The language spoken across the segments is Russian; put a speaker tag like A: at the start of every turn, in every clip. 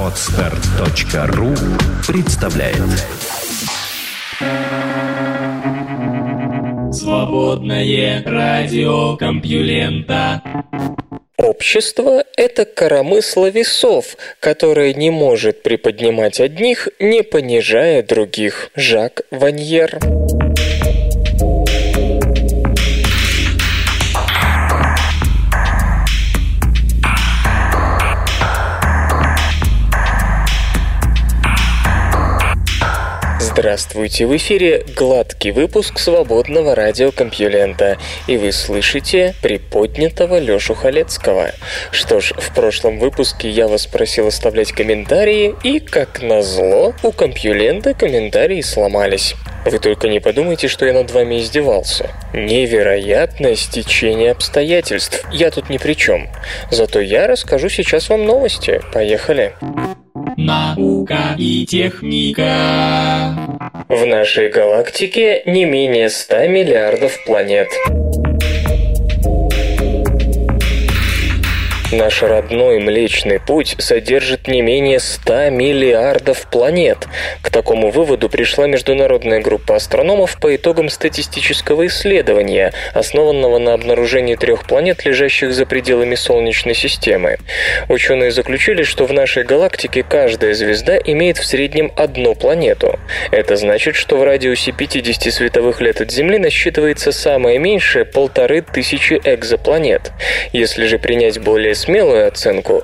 A: Podster.ru представляет.
B: Свободное радио Компьюлента.
C: Общество – это коромысло весов, которое не может приподнимать одних, не понижая других. Жак Ваньер. Здравствуйте, в эфире гладкий выпуск свободного радиокомпьюлента, и вы слышите приподнятого Лёшу Халецкого. Что ж, в прошлом выпуске я вас просил оставлять комментарии, и, как назло, у компьюлента комментарии сломались. Вы только не подумайте, что я над вами издевался. Невероятное стечение обстоятельств. Я тут ни при чем. Зато я расскажу сейчас вам новости. Поехали.
B: Наука и техника.
C: В нашей галактике не менее 100 миллиардов планет. Наш родной Млечный Путь содержит не менее 100 миллиардов планет. К такому выводу пришла международная группа астрономов по итогам статистического исследования, основанного на обнаружении 3 планет, лежащих за пределами Солнечной системы. Ученые заключили, что в нашей галактике каждая звезда имеет в среднем одну планету. Это значит, что в радиусе 50 световых лет от Земли насчитывается самое меньшее 1500 экзопланет. Если же принять более смелую оценку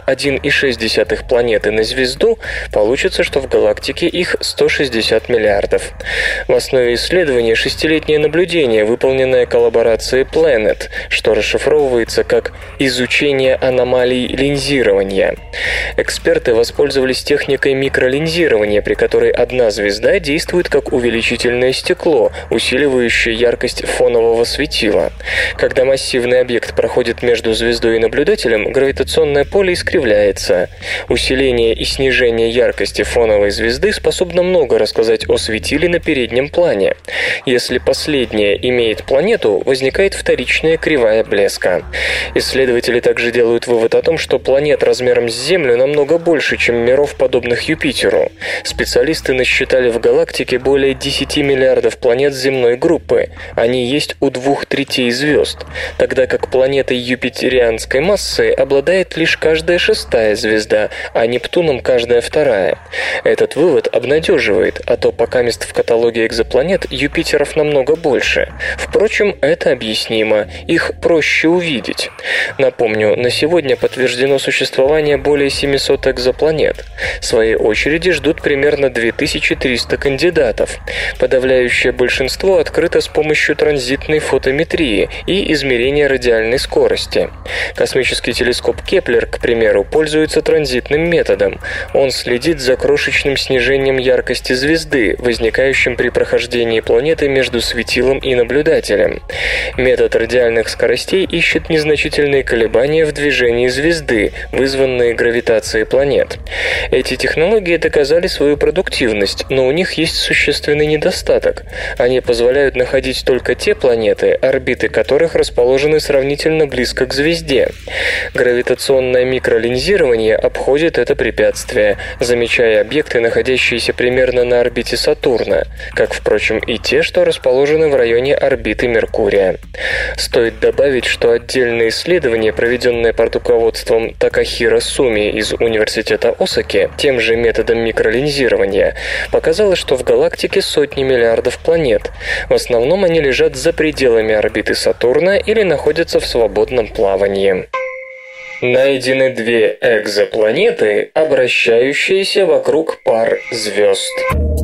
C: 1,6 планеты на звезду, получится, что в галактике их 160 миллиардов. В основе исследования 6-летнее наблюдение, выполненное коллаборацией Planet, что расшифровывается как «изучение аномалий линзирования». Эксперты воспользовались техникой микролинзирования, при которой одна звезда действует как увеличительное стекло, усиливающее яркость фонового светила. Когда массивный объект проходит между звездой и наблюдателем, гравитационное поле искривляется. Усиление и снижение яркости фоновой звезды способно много рассказать о светиле на переднем плане. Если последнее имеет планету, возникает вторичная кривая блеска. Исследователи также делают вывод о том, что планет размером с Землю намного больше, чем миров, подобных Юпитеру. Специалисты насчитали в галактике более 10 миллиардов планет земной группы. Они есть у 2/3 звезд, тогда как планетой юпитерианской массы обладает лишь каждая 6-я звезда, а Нептуном каждая 2-я. Этот вывод обнадеживает, а то покамест в каталоге экзопланет Юпитеров намного больше. Впрочем, это объяснимо, их проще увидеть. Напомню, на сегодня подтверждено существование более 700 экзопланет. В своей очереди ждут примерно 2300 кандидатов. Подавляющее большинство открыто с помощью транзитной фотометрии и измерения радиальной скорости. Космический телескоп Кеплер, к примеру, пользуется транзитным методом. Он следит за крошечным снижением яркости звезды, возникающим при прохождении планеты между светилом и наблюдателем. Метод радиальных скоростей ищет незначительные колебания в движении звезды, вызванные гравитацией планет. Эти технологии доказали свою продуктивность, но у них есть существенный недостаток. Они позволяют находить только те планеты, орбиты которых расположены сравнительно близко к звезде. Гравитационное микролинзирование обходит это препятствие, замечая объекты, находящиеся примерно на орбите Сатурна, как, впрочем, и те, что расположены в районе орбиты Меркурия. Стоит добавить, что отдельное исследование, проведенное под руководством Такахиро Суми из университета Осаки тем же методом микролинзирования, показало, что в галактике сотни миллиардов планет. В основном они лежат за пределами орбиты Сатурна или находятся в свободном плавании. Найдены 2 экзопланеты, обращающиеся вокруг пар звезд.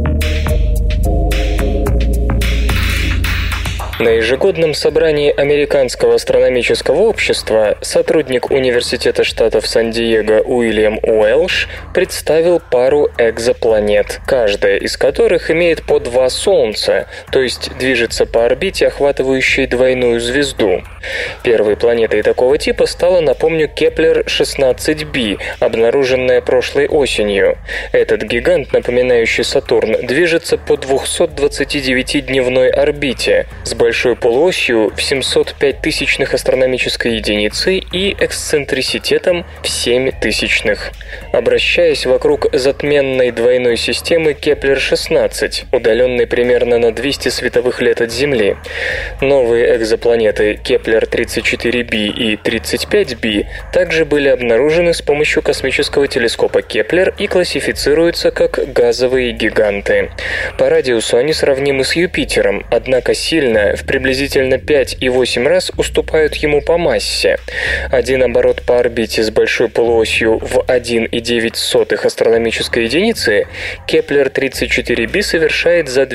C: На ежегодном собрании Американского астрономического общества сотрудник Университета штатов Сан-Диего Уильям Уэлш представил пару экзопланет, каждая из которых имеет по 2 Солнца, то есть движется по орбите, охватывающей двойную звезду. Первой планетой такого типа стала, напомню, Кеплер-16b, обнаруженная прошлой осенью. Этот гигант, напоминающий Сатурн, движется по 229-дневной орбите с большим большой полуосью в 705 тысячных астрономической единицы и эксцентриситетом в 7 тысячных. Обращаясь вокруг затменной двойной системы Кеплер-16, удаленной примерно на 200 световых лет от Земли, новые экзопланеты Кеплер-34b и 35b также были обнаружены с помощью космического телескопа Кеплер и классифицируются как газовые гиганты. По радиусу они сравнимы с Юпитером, однако сильно, в приблизительно 5 и 8 раз уступают ему по массе. Один оборот по орбите с большой полуосью в 1,9 астрономической единицы Кеплер-34b совершает за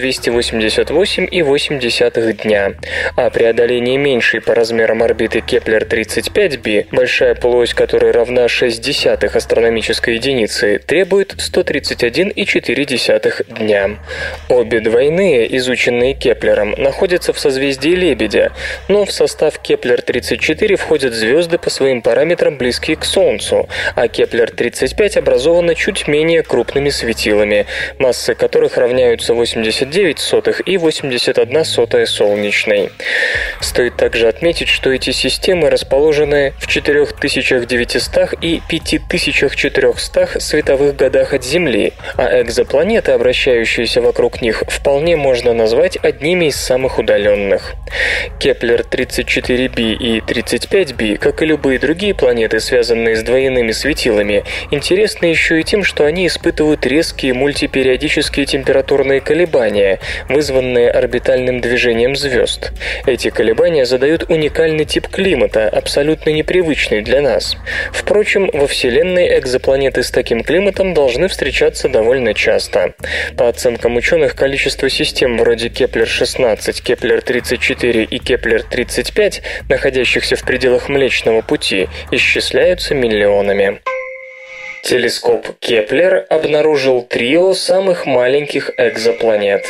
C: 288,8 дня, а преодоление меньшей по размерам орбиты Кеплер-35b, большая полуось которой равна 0,6 астрономической единицы, требует 131,4 дня. Обе двойные, изученные Кеплером, находятся в созвездии Лебедя, но в состав Кеплер-34 входят звезды по своим параметрам близкие к Солнцу, а Кеплер-35 образована чуть менее крупными светилами, массы которых равняются 89 и 81 солнечной. Стоит также отметить, что эти системы расположены в 4900 и 5400 световых годах от Земли, а экзопланеты, обращающиеся вокруг них, вполне можно назвать одними из самых удаленных. Кеплер-34b и 35b, как и любые другие планеты, связанные с двойными светилами, интересны еще и тем, что они испытывают резкие мультипериодические температурные колебания, вызванные орбитальным движением звезд. Эти колебания задают уникальный тип климата, абсолютно непривычный для нас. Впрочем, во Вселенной экзопланеты с таким климатом должны встречаться довольно часто. По оценкам ученых, количество систем вроде Кеплер-16, Кеплер-34 и Кеплер-35, находящихся в пределах Млечного Пути, исчисляются миллионами. Телескоп Кеплер обнаружил трио самых маленьких экзопланет.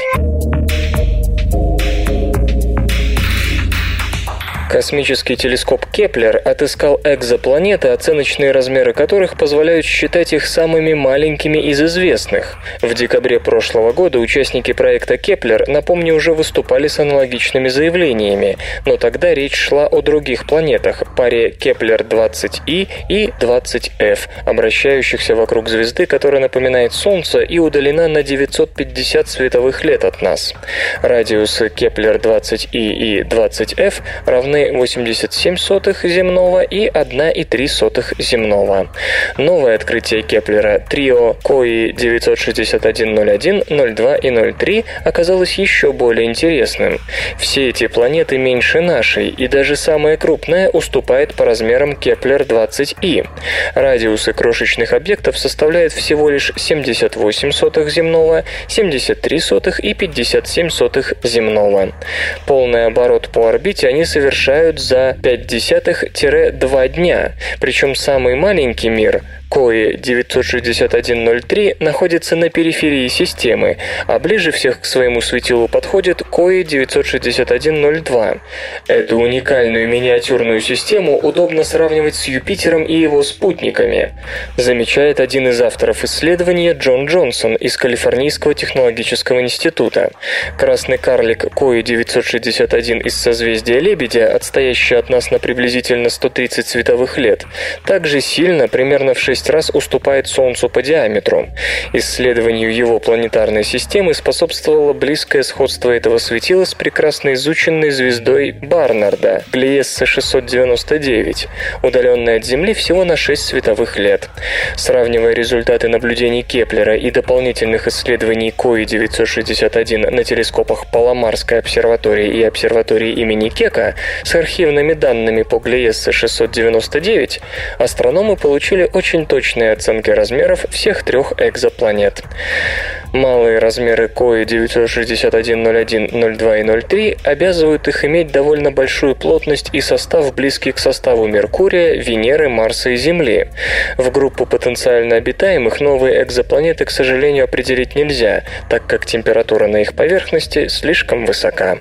C: Космический телескоп Кеплер отыскал экзопланеты, оценочные размеры которых позволяют считать их самыми маленькими из известных. В декабре прошлого года участники проекта Кеплер, напомню, уже выступали с аналогичными заявлениями, но тогда речь шла о других планетах, паре Кеплер-20и и 20f, обращающихся вокруг звезды, которая напоминает Солнце и удалена на 950 световых лет от нас. Радиусы Кеплер-20и и 20f равны 87 земного и 1,3 земного. Новое открытие Кеплера, трио Кои 96101, 02 и 03, оказалось еще более интересным. Все эти планеты меньше нашей, и даже самая крупная уступает по размерам Кеплер-20и. Радиусы крошечных объектов составляют всего лишь 78 земного, 73 и 57 земного. Полный оборот по орбите они совершают за 0,5-2 дня, причем самый маленький мир, Кои 96103, находится на периферии системы, а ближе всех к своему светилу подходит Кои 96102. Эту уникальную миниатюрную систему удобно сравнивать с Юпитером и его спутниками, замечает один из авторов исследования Джон Джонсон из Калифорнийского технологического института. Красный карлик Кои 961 из созвездия Лебедя, отстоящий от нас на приблизительно 130 световых лет, также сильно, примерно в 6 раз уступает Солнцу по диаметру. Исследованию его планетарной системы способствовало близкое сходство этого светила с прекрасно изученной звездой Барнарда, Глиесса 699, удаленной от Земли всего на 6 световых лет. Сравнивая результаты наблюдений Кеплера и дополнительных исследований Кои 961 на телескопах Паломарской обсерватории и обсерватории имени Кека с архивными данными по Глиессе 699, астрономы получили очень точные оценки размеров всех трех экзопланет. Малые размеры Кои 96101, 02 и 03 обязывают их иметь довольно большую плотность и состав, близкий к составу Меркурия, Венеры, Марса и Земли. В группу потенциально обитаемых новые экзопланеты, к сожалению, определить нельзя, так как температура на их поверхности слишком высока.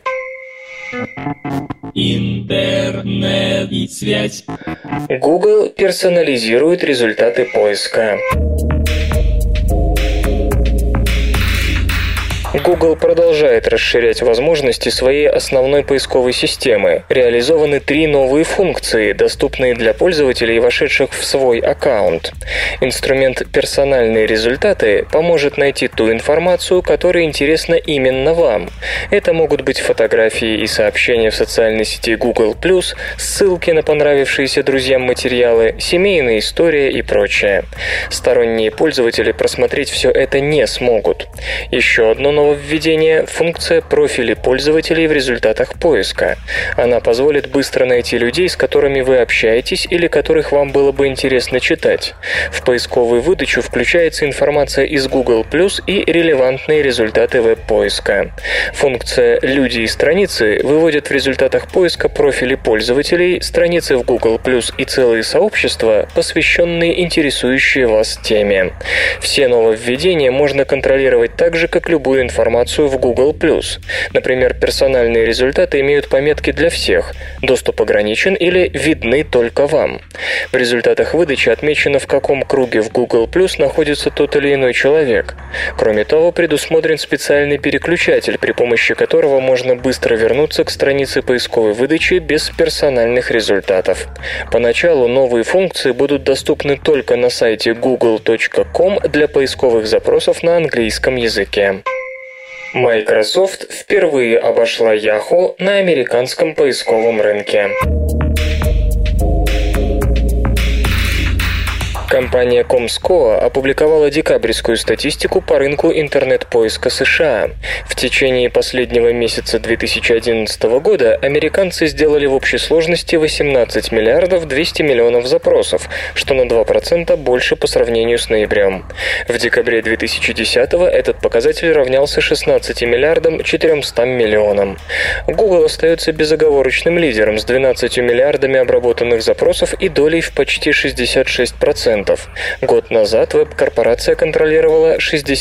B: Интернет и связь.
C: Google персонализирует результаты поиска. Google продолжает расширять возможности своей основной поисковой системы. Реализованы 3 новые функции, доступные для пользователей, вошедших в свой аккаунт. Инструмент «Персональные результаты» поможет найти ту информацию, которая интересна именно вам. Это могут быть фотографии и сообщения в социальной сети Google+, ссылки на понравившиеся друзьям материалы, семейная история и прочее. Сторонние пользователи просмотреть все это не смогут. Еще одно нововведение – функция «Профили пользователей в результатах поиска». Она позволит быстро найти людей, с которыми вы общаетесь или которых вам было бы интересно читать. В поисковую выдачу включается информация из Google+, и релевантные результаты веб-поиска. Функция «Люди и страницы» выводит в результатах поиска профили пользователей, страницы в Google+, и целые сообщества, посвященные интересующей вас теме. Все нововведения можно контролировать так же, как любую информацию в Google+. Например, персональные результаты имеют пометки для всех, доступ ограничен или видны только вам. В результатах выдачи отмечено, в каком круге в Google+ находится тот или иной человек. Кроме того, предусмотрен специальный переключатель, при помощи которого можно быстро вернуться к странице поисковой выдачи без персональных результатов. Поначалу новые функции будут доступны только на сайте google.com для поисковых запросов на английском языке. Microsoft впервые обошла Yahoo на американском поисковом рынке. Компания Comscore опубликовала декабрьскую статистику по рынку интернет-поиска США. В течение последнего месяца 2011 года американцы сделали в общей сложности 18 миллиардов 200 миллионов запросов, что на 2% больше по сравнению с ноябрем. В декабре 2010 этот показатель равнялся 16 миллиардам 400 миллионам. Google остается безоговорочным лидером с 12 миллиардами обработанных запросов и долей в почти 66%. Год назад веб-корпорация контролировала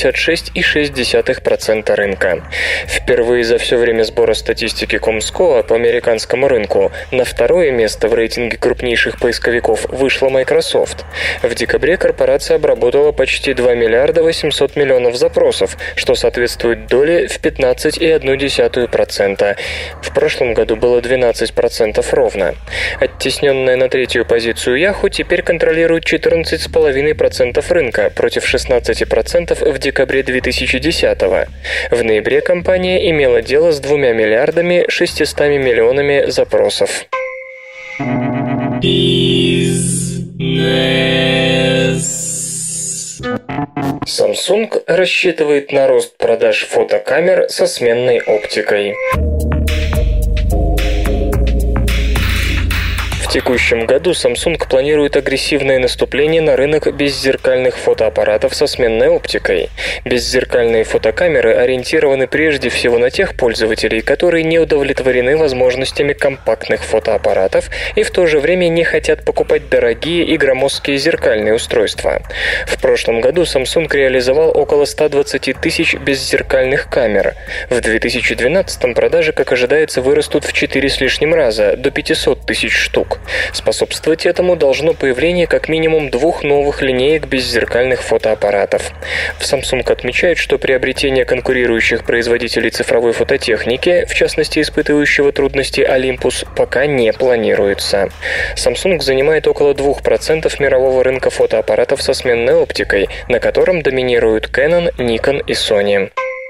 C: 66,6% рынка. Впервые за все время сбора статистики Comscore по американскому рынку на второе место в рейтинге крупнейших поисковиков вышла Microsoft. В декабре корпорация обработала почти 2 миллиарда 800 миллионов запросов, что соответствует доле в 15,1%. В прошлом году было 12% ровно. Оттесненная на третью позицию Yahoo теперь контролирует 14,5% рынка против 16% в декабре 2010-го. В ноябре компания имела дело с 2 миллиардами 600 миллионами запросов. Samsung рассчитывает на рост продаж фотокамер со сменной оптикой. В текущем году Samsung планирует агрессивное наступление на рынок беззеркальных фотоаппаратов со сменной оптикой. Беззеркальные фотокамеры ориентированы прежде всего на тех пользователей, которые не удовлетворены возможностями компактных фотоаппаратов и в то же время не хотят покупать дорогие и громоздкие зеркальные устройства. В прошлом году Samsung реализовал около 120 тысяч беззеркальных камер. В 2012 продажи, как ожидается, вырастут в 4 с лишним раза, до 500 тысяч штук. Способствовать этому должно появление как минимум 2 новых линеек беззеркальных фотоаппаратов. В Samsung отмечают, что приобретение конкурирующих производителей цифровой фототехники, в частности испытывающего трудности Olympus, пока не планируется. Samsung занимает около 2% мирового рынка фотоаппаратов со сменной оптикой, на котором доминируют Canon, Nikon и Sony.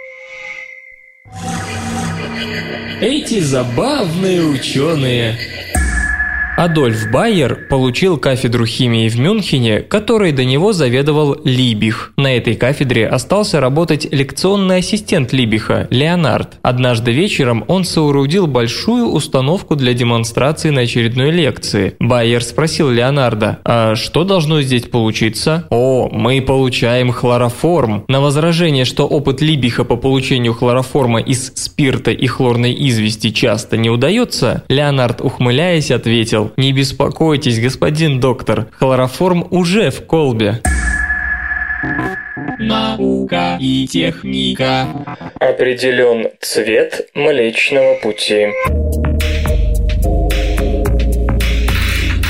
B: Эти забавные ученые.
D: Адольф Байер получил кафедру химии в Мюнхене, которой до него заведовал Либих. На этой кафедре остался работать лекционный ассистент Либиха, Леонард. Однажды вечером он соорудил большую установку для демонстрации на очередной лекции. Байер спросил Леонарда: «А что должно здесь получиться?» «О, мы получаем хлороформ». На возражение, что опыт Либиха по получению хлороформа из спирта и хлорной извести часто не удается, Леонард, ухмыляясь, ответил: «Не беспокойтесь, господин доктор, хлороформ уже в колбе».
B: Наука и техника.
C: Определен цвет Млечного Пути.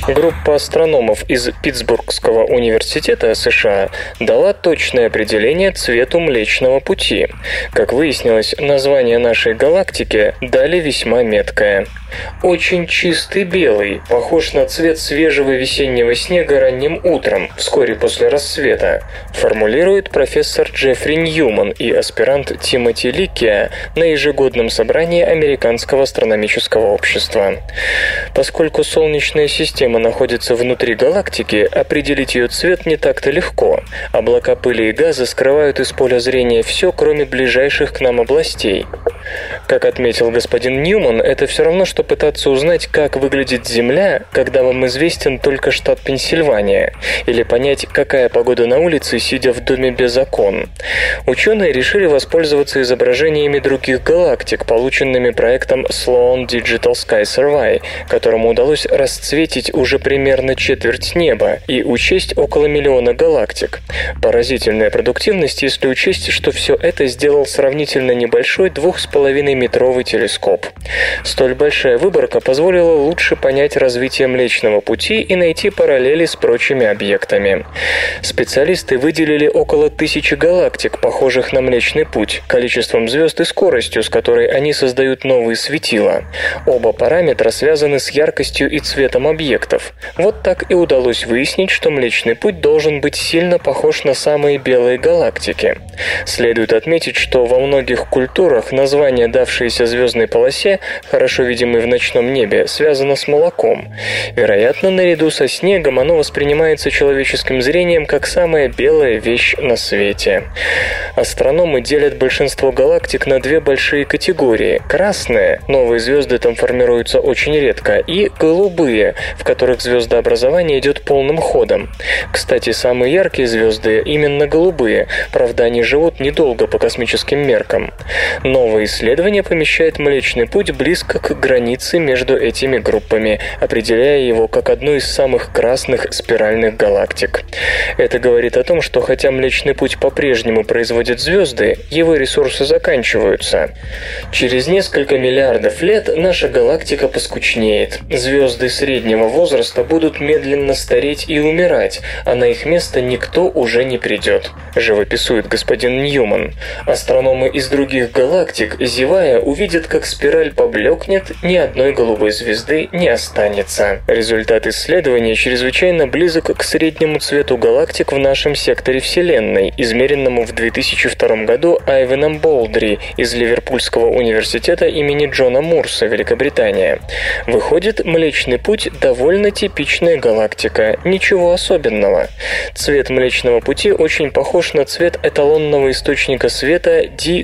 C: Группа астрономов из Питтсбургского университета США дала точное определение цвету Млечного Пути. Как выяснилось, название нашей галактики дали весьма меткое. Очень чистый белый, похож на цвет свежего весеннего снега ранним утром, вскоре после рассвета, формулирует профессор Джеффри Ньюман и аспирант Тимоти Ликкия на ежегодном собрании Американского астрономического общества. Поскольку Солнечная система находится внутри галактики, определить ее цвет не так-то легко. Облака пыли и газа скрывают из поля зрения все, кроме ближайших к нам областей. Как отметил господин Ньюман, это все равно, что пытаться узнать, как выглядит Земля, когда вам известен только штат Пенсильвания, или понять, какая погода на улице, сидя в доме без окон. Ученые решили воспользоваться изображениями других галактик, полученными проектом Sloan Digital Sky Survey, которому удалось расцветить уже примерно четверть неба и учесть около 1 миллиона галактик. Поразительная продуктивность, если учесть, что все это сделал сравнительно небольшой 2,5-метровый телескоп. Столь большая выборка позволила лучше понять развитие Млечного Пути и найти параллели с прочими объектами. Специалисты выделили около 1000 галактик, похожих на Млечный Путь, количеством звезд и скоростью, с которой они создают новые светила. Оба параметра связаны с яркостью и цветом объектов. Вот так и удалось выяснить, что Млечный Путь должен быть сильно похож на самые белые галактики. Следует отметить, что во многих культурах название, давшееся звездной полосе, хорошо видимой в ночном небе, связано с молоком. Вероятно, наряду со снегом оно воспринимается человеческим зрением как самая белая вещь на свете. Астрономы делят большинство галактик на две большие категории. Красные, новые звезды там формируются очень редко, и голубые, в которых звездообразование идет полным ходом. Кстати, самые яркие звезды именно голубые, правда, они живут недолго по космическим меркам. Новое исследование помещает Млечный Путь близко к границе между этими группами, определяя его как одну из самых красных спиральных галактик. Это говорит о том, что хотя Млечный Путь по-прежнему производит звезды, его ресурсы заканчиваются. Через несколько миллиардов лет наша галактика поскучнеет. Звезды среднего возраста будут медленно стареть и умирать, а на их место никто уже не придет, живописует господин Ньюман. Астрономы из других галактик, зевая, увидят, как спираль поблекнет, ни одной голубой звезды не останется. Результат исследования чрезвычайно близок к среднему цвету галактик в нашем секторе Вселенной, измеренному в 2002 году Айвеном Болдри из Ливерпульского университета имени Джона Мурса, Великобритания. Выходит, Млечный Путь довольно типичная галактика, ничего особенного. Цвет Млечного Пути очень похож на цвет эталонного источника света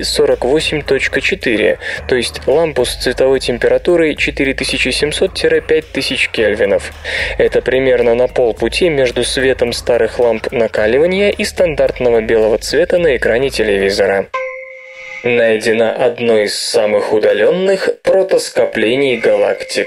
C: D48.4, то есть лампу с цветовой температурой 4700-5000 кельвинов. Это примерно на полпути между светом старых ламп накаливания и стандартного белого цвета на экране телевизора. Найдено одно из самых удаленных протоскоплений галактик.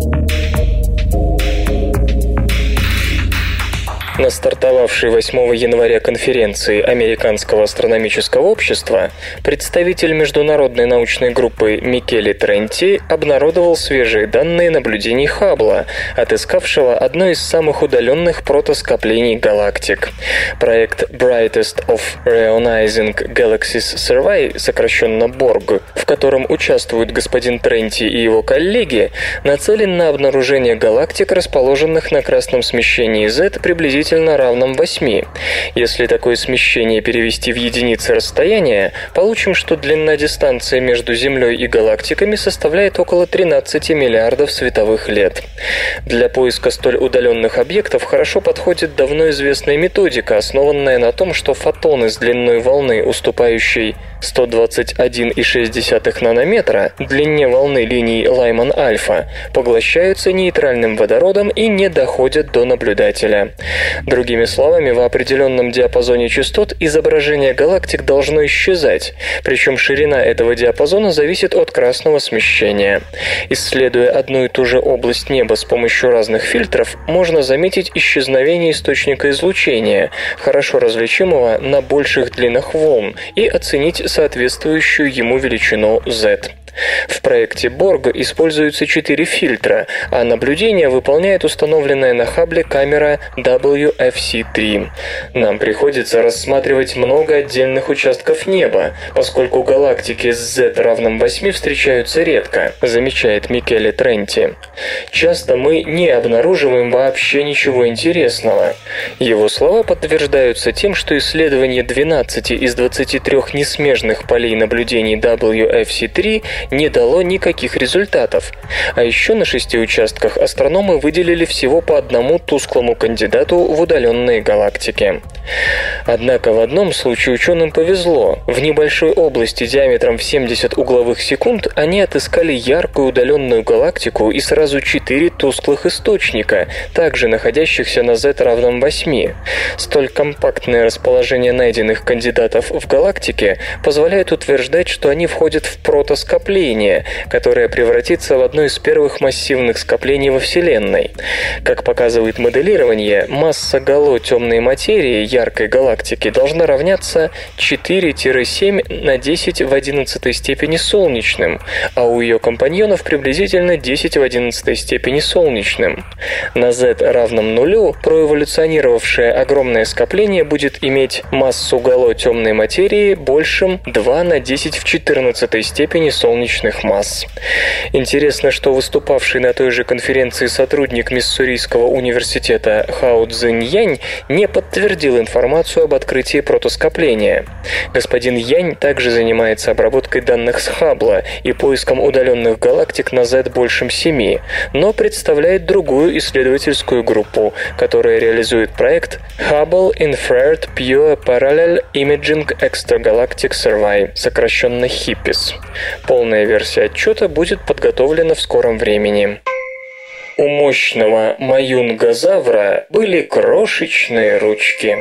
C: На стартовавшей 8 января конференции Американского астрономического общества представитель международной научной группы Микеле Тренти обнародовал свежие данные наблюдений Хаббла, отыскавшего одно из самых удаленных протоскоплений галактик. Проект Brightest of Reionizing Galaxies Survey, сокращенно BORG, в котором участвуют господин Тренти и его коллеги, нацелен на обнаружение галактик, расположенных на красном смещении Z приблизительно равном 8. Если такое смещение перевести в единицы расстояния, получим, что длина дистанции между Землей и галактиками составляет около 13 миллиардов световых лет. Для поиска столь удаленных объектов хорошо подходит давно известная методика, основанная на том, что фотоны с длиной волны, уступающей 121,6 нанометра, длине волны линий Лайман-альфа, поглощаются нейтральным водородом и не доходят до наблюдателя. Другими словами, в определенном диапазоне частот изображение галактик должно исчезать, причем ширина этого диапазона зависит от красного смещения. Исследуя одну и ту же область неба с помощью разных фильтров, можно заметить исчезновение источника излучения, хорошо различимого на больших длинах волн, и оценить соответствующую ему величину Z. В проекте Борг используются 4 фильтра, а наблюдение выполняет установленная на Хаббле камера WFC-3. Нам приходится рассматривать много отдельных участков неба, поскольку галактики с Z равным 8 встречаются редко, замечает Микеле Тренти. Часто мы не обнаруживаем вообще ничего интересного. Его слова подтверждаются тем, что исследование 12 из 23 несмежных полей наблюдений WFC-3 не дало никаких результатов. А еще на 6 участках астрономы выделили всего по одному тусклому кандидату в удаленные галактики. Однако в одном случае ученым повезло. В небольшой области диаметром в 70 угловых секунд они отыскали яркую удаленную галактику и сразу 4 тусклых источника, также находящихся на Z равном 8. Столь компактное расположение найденных кандидатов в галактике позволяет утверждать, что они входят в протоскопление, которое превратится в одно из первых массивных скоплений во Вселенной. Как показывает моделирование, масса гало темной материи яркой галактики должна равняться 4-7 на 10 в 11 степени солнечным, а у ее компаньонов приблизительно 10 в 11 степени солнечным. На Z равном нулю проэволюционировавшее огромное скопление будет иметь массу гало темной материи большим 2 на 10 в 14 степени солнечных масс. Интересно, что выступавший на той же конференции сотрудник Миссурийского университета Хао Цзинь Янь не подтвердил информацию об открытии протоскопления. Господин Янь также занимается обработкой данных с Хаббла и поиском удаленных галактик на Z большим 7, но представляет другую исследовательскую группу, которая реализует проект Hubble Infrared Pure Parallel Imaging Extragalactic Survey, сокращенно HIPIS. Полная версия отчета будет подготовлена в скором времени. У мощного маюнгозавра были крошечные ручки.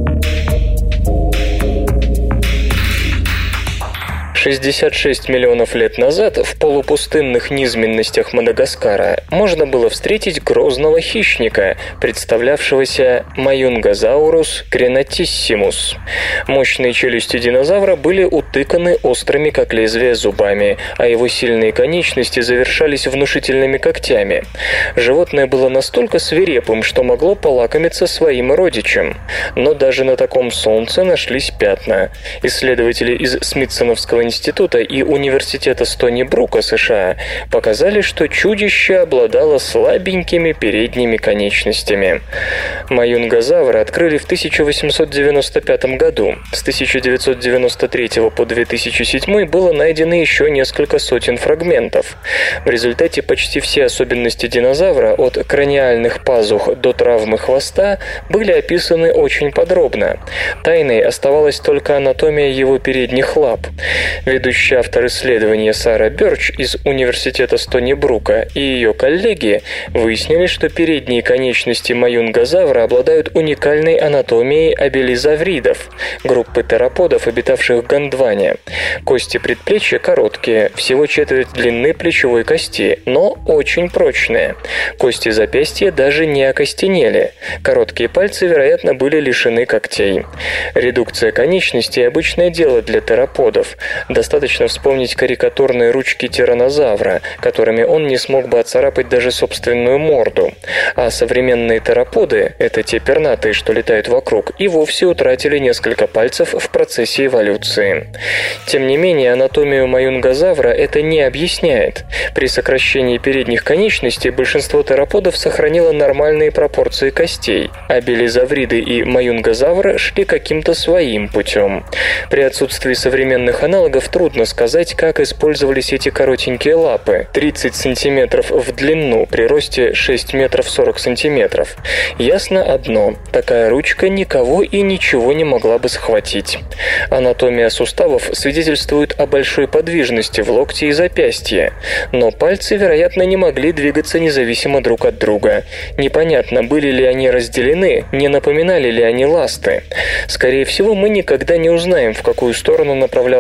C: 66 миллионов лет назад в полупустынных низменностях Мадагаскара можно было встретить грозного хищника, представлявшегося Маюнгозаурус кренатиссимус. Мощные челюсти динозавра были утыканы острыми, как лезвие, зубами, а его сильные конечности завершались внушительными когтями. Животное было настолько свирепым, что могло полакомиться своим родичем. Но даже на таком солнце нашлись пятна. Исследователи из Смитсоновского института и университета Стони-Брука, США, показали, что чудище обладало слабенькими передними конечностями. Маюнгозавра открыли в 1895 году. С 1993 по 2007 было найдено еще несколько сотен фрагментов. В результате почти все особенности динозавра, от краниальных пазух до травмы хвоста, были описаны очень подробно. Тайной оставалась только анатомия его передних лап. Ведущий автор исследования Сара Бёрч из университета Стони-Брука и ее коллеги выяснили, что передние конечности маюнгозавра обладают уникальной анатомией абелизавридов, группы тероподов, обитавших в Гондване. Кости предплечья короткие, всего четверть длины плечевой кости, но очень прочные. Кости запястья даже не окостенели. Короткие пальцы, вероятно, были лишены когтей. Редукция конечностей – обычное дело для тероподов. Достаточно вспомнить карикатурные ручки тираннозавра, которыми он не смог бы оцарапать даже собственную морду. А современные тероподы, это те пернатые, что летают вокруг, и вовсе утратили несколько пальцев в процессе эволюции. Тем не менее, анатомию маюнгозавра это не объясняет. При сокращении передних конечностей большинство тероподов сохранило нормальные пропорции костей, а белизавриды и маюнгозавры шли каким-то своим путем. При отсутствии современных аналогов трудно сказать, как использовались эти коротенькие лапы, 30 сантиметров в длину при росте 6 метров 40 сантиметров. Ясно одно – такая ручка никого и ничего не могла бы схватить. Анатомия суставов свидетельствует о большой подвижности в локте и запястье, но пальцы, вероятно, не могли двигаться независимо друг от друга. Непонятно, были ли они разделены, не напоминали ли они ласты. Скорее всего, мы никогда не узнаем, в какую сторону направлялась эволюция,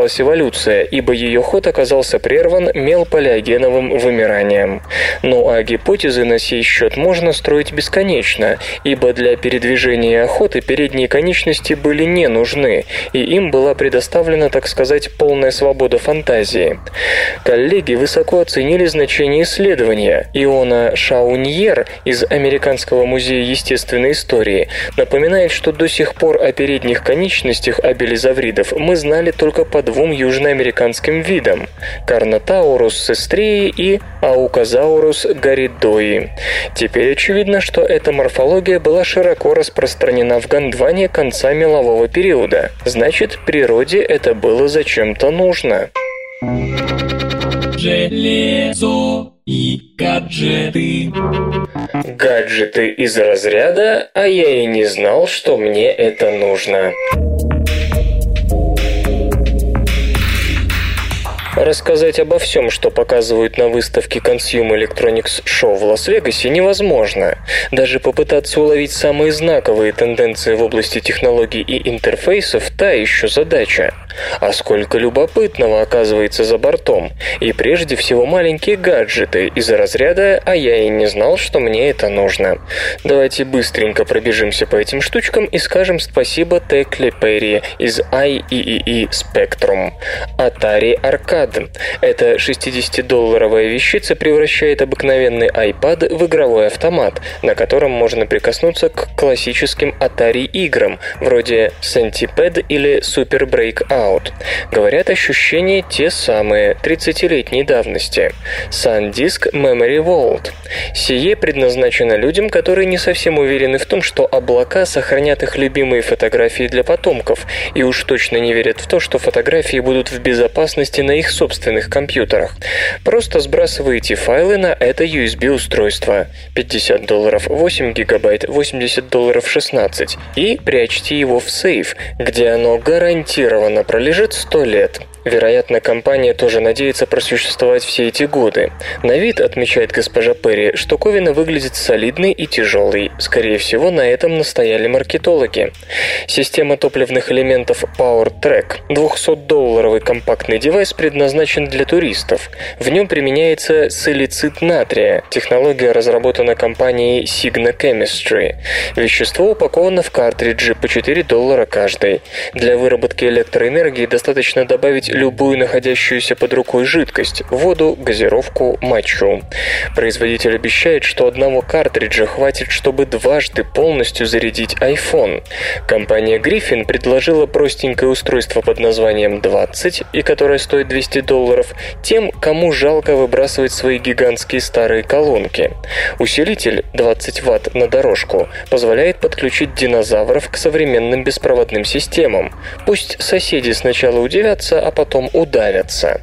C: эволюция, ибо ее ход оказался прерван мелпалеогеновым вымиранием. Ну а гипотезы на сей счет можно строить бесконечно, ибо для передвижения и охоты передние конечности были не нужны, и им была предоставлена, так сказать, полная свобода фантазии. Коллеги высоко оценили значение исследования. Иона Шауньер из Американского музея естественной истории напоминает, что до сих пор о передних конечностях абелизавридов мы знали только по двум южноамериканским видам – Carnotaurus сестрии и Aucasaurus garridoi. Теперь очевидно, что эта морфология была широко распространена в Гондване конца мелового периода. Значит, природе это было зачем-то нужно.
B: Железо и гаджеты.
C: Гаджеты из разряда «а я и не знал, что мне это нужно». Рассказать обо всем, что показывают на выставке Consumer Electronics Show в Лас-Вегасе, невозможно. Даже попытаться уловить самые знаковые тенденции в области технологий и интерфейсов – та еще задача. А сколько любопытного оказывается за бортом. И прежде всего маленькие гаджеты из разряда «а я и не знал, что мне это нужно». Давайте быстренько пробежимся по этим штучкам и скажем спасибо Текле Перри из IEEE Spectrum. Atari Arcade. Эта 60-долларовая вещица превращает обыкновенный iPad в игровой автомат, на котором можно прикоснуться к классическим Atari играм, вроде Centipede или Super Breakout. Говорят, ощущения те самые, 30-летней давности. SanDisk Memory Vault. Сие предназначено людям, которые не совсем уверены в том, что облака сохранят их любимые фотографии для потомков, и уж точно не верят в то, что фотографии будут в безопасности на их собственных компьютерах. Просто сбрасываете файлы на это USB-устройство. $50 8 гигабайт, $80 16. И прячьте его в сейф, где оно гарантированно пролежит 100 лет. Вероятно, компания тоже надеется просуществовать все эти годы. На вид, отмечает госпожа Перри, штуковина выглядит солидной и тяжелой. Скорее всего, на этом настояли маркетологи. Система топливных элементов PowerTrack. 200-долларовый компактный девайс предназначен для туристов. В нем применяется салицит натрия. Технология разработана компанией Signa Chemistry. Вещество упаковано в картриджи по $4 каждый. Для выработки электроэнергии достаточно добавить любую находящуюся под рукой жидкость – воду, газировку, мочу. Производитель обещает, что одного картриджа хватит, чтобы дважды полностью зарядить iPhone. Компания Griffin предложила простенькое устройство под названием 20, и которое стоит $200, тем, кому жалко выбрасывать свои гигантские старые колонки. Усилитель 20 Вт на дорожку позволяет подключить динозавров к современным беспроводным системам. Пусть соседи сначала удивятся, а потом удавятся.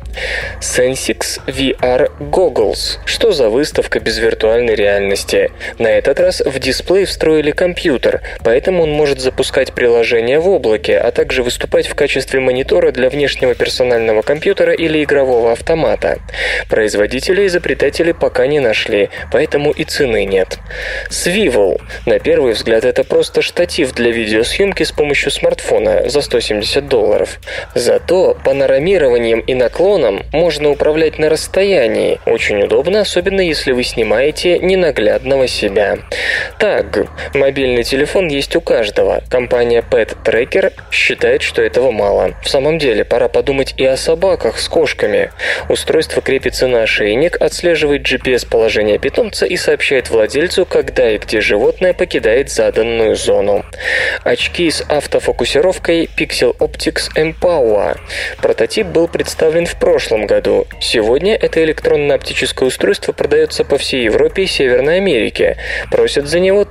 C: Sensix VR Goggles. Что за выставка без виртуальной реальности? На этот раз в дисплей встроили компьютер, поэтому он может запускать приложения в облаке, а также выступать в качестве монитора для внешнего персонального компьютера или игрового автомата. Производители и изобретатели пока не нашли, поэтому и цены нет. Swivel. На первый взгляд это просто штатив для видеосъемки с помощью смартфона за $170. Зато панорамированием и наклоном можно управлять на расстоянии. Очень удобно, особенно если вы снимаете ненаглядного себя. Tag. Мобильный телефон есть у каждого. Компания Pet Tracker считает, что этого мало. В самом деле, пора подумать и о собаках с кошками. Устройство крепится на ошейник, отслеживает GPS-положение питомца и сообщает владельцу, когда и где животное покидает заданную зону. Очки с автофокусировкой Pixel Optics Empower. Прототип был представлен в прошлом году. Сегодня это электронно-оптическое устройство продается по всей Европе и Северной Америке. Просят за него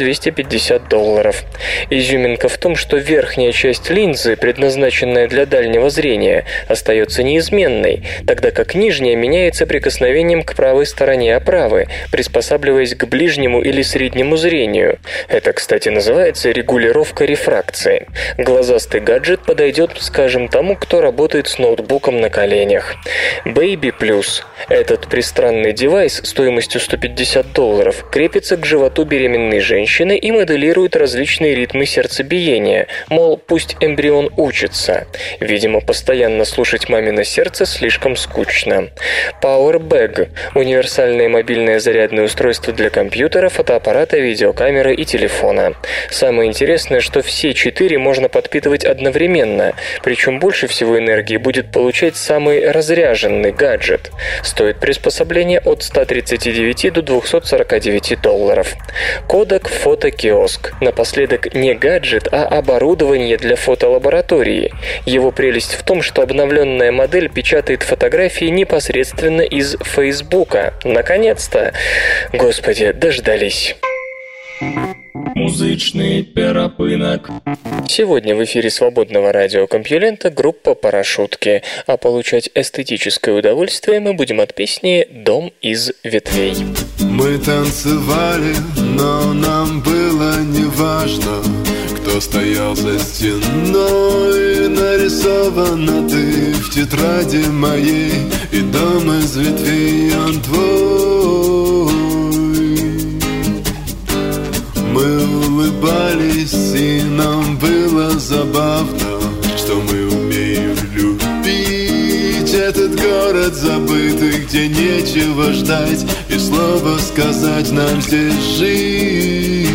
C: $1250. Изюминка в том, что верхняя часть линзы, предназначенная для дальнего зрения, остается неизменной, тогда как нижняя меняется прикосновением к правой стороне оправы, приспосабливаясь к ближнему или среднему зрению. Это, кстати, называется регулировка рефракции. Глазастый гаджет подойдет, скажем, тому, кто работает работает с ноутбуком на коленях. Baby Plus. Этот пристранный девайс стоимостью $150 крепится к животу беременной женщины и моделирует различные ритмы сердцебиения, мол, пусть эмбрион учится. Видимо, постоянно слушать мамино сердце слишком скучно. Power Bag – универсальное мобильное зарядное устройство для компьютера, фотоаппарата, видеокамеры и телефона. Самое интересное, что все 4 можно подпитывать одновременно, причем больше всего энергии будет получать самый разряженный гаджет. Стоит приспособление от $139 до $249. Kodak фотокиоск. Напоследок не гаджет, а оборудование для фотолаборатории. Его прелесть в том, что обновленная модель печатает фотографии непосредственно из Фейсбука. Наконец-то! Господи, дождались.
B: Музычный перапынок.
C: Сегодня в эфире свободного радиокомпьюлента группа «Парашютки», а получать эстетическое удовольствие мы будем от песни «Дом из ветвей».
E: Мы танцевали, но нам было неважно, кто стоял за стеной. Нарисована ты в тетради моей, и дом из ветвей он твой. Мы улыбались, и нам было забавно, что мы умеем любить этот город забытый, где нечего ждать, и слова сказать нам здесь жить.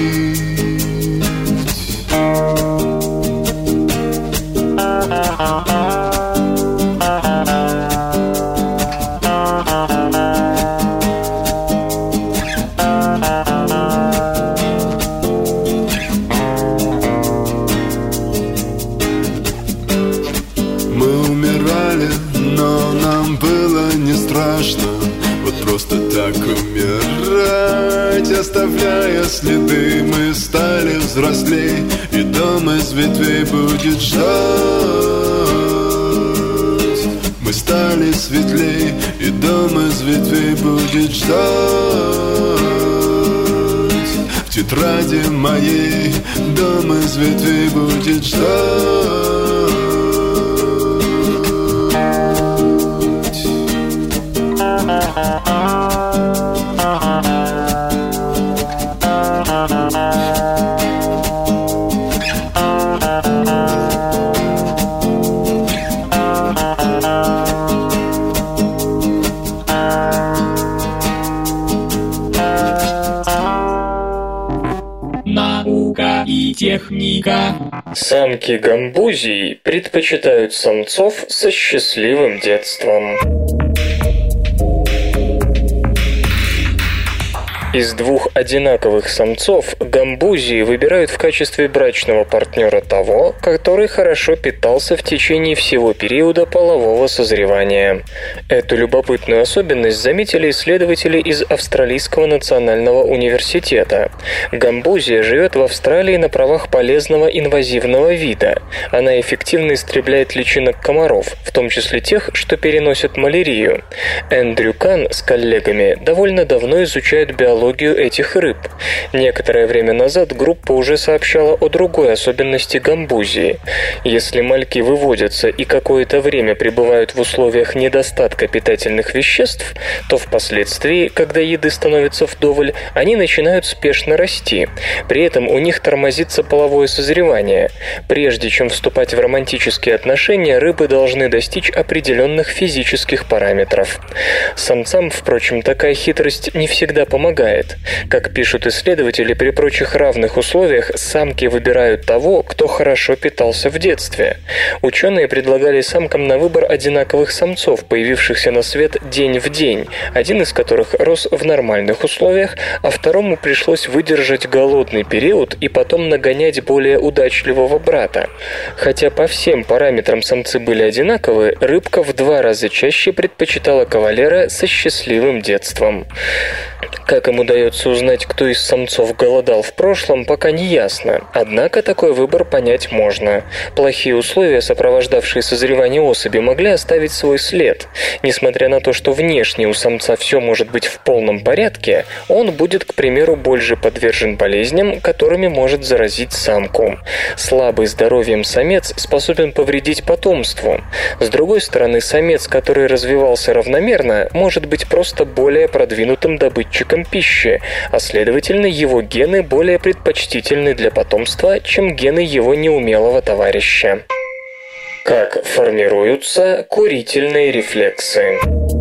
E: Вот просто так умирать, оставляя следы, мы стали взрослей, и дом из ветвей будет ждать. Мы стали светлей, и дом из ветвей будет ждать. В тетради моей дом из ветвей будет ждать.
B: Наука и техника.
C: Самки гамбузий предпочитают самцов со счастливым детством. Из 2 одинаковых самцов гамбузии выбирают в качестве брачного партнера того, который хорошо питался в течение всего периода полового созревания. Эту любопытную особенность заметили исследователи из Австралийского национального университета. Гамбузия живет в Австралии на правах полезного инвазивного вида. Она эффективно истребляет личинок комаров, в том числе тех, что переносят малярию. Эндрю Кан с коллегами довольно давно изучают биологию этих рыб. Некоторое время назад группа уже сообщала о другой особенности гамбузии. Если мальки выводятся и какое-то время пребывают в условиях недостатка питательных веществ, то впоследствии, когда еды становится вдоволь, они начинают спешно расти. При этом у них тормозится половое созревание. Прежде чем вступать в романтические отношения, рыбы должны достичь определенных физических параметров. Самцам, впрочем, такая хитрость не всегда помогает. Как пишут исследователи, при прочих равных условиях самки выбирают того, кто хорошо питался в детстве. Ученые предлагали самкам на выбор одинаковых самцов, появившихся на свет день в день, один из которых рос в нормальных условиях, а второму пришлось выдержать голодный период и потом нагонять более удачливого брата. Хотя по всем параметрам самцы были одинаковы, рыбка в 2 раза чаще предпочитала кавалера со счастливым детством. Как ему удается узнать, кто из самцов голодал в прошлом, пока не ясно. Однако такой выбор понять можно. Плохие условия, сопровождавшие созревание особи, могли оставить свой след. Несмотря на то, что внешне у самца все может быть в полном порядке, он будет, к примеру, больше подвержен болезням, которыми может заразить самку. Слабый здоровьем самец способен повредить потомству. С другой стороны, самец, который развивался равномерно, может быть просто более продвинутым добытчиком пищи, а следовательно, его гены более предпочтительны для потомства, чем гены его неумелого товарища. Как формируются курительные рефлексы?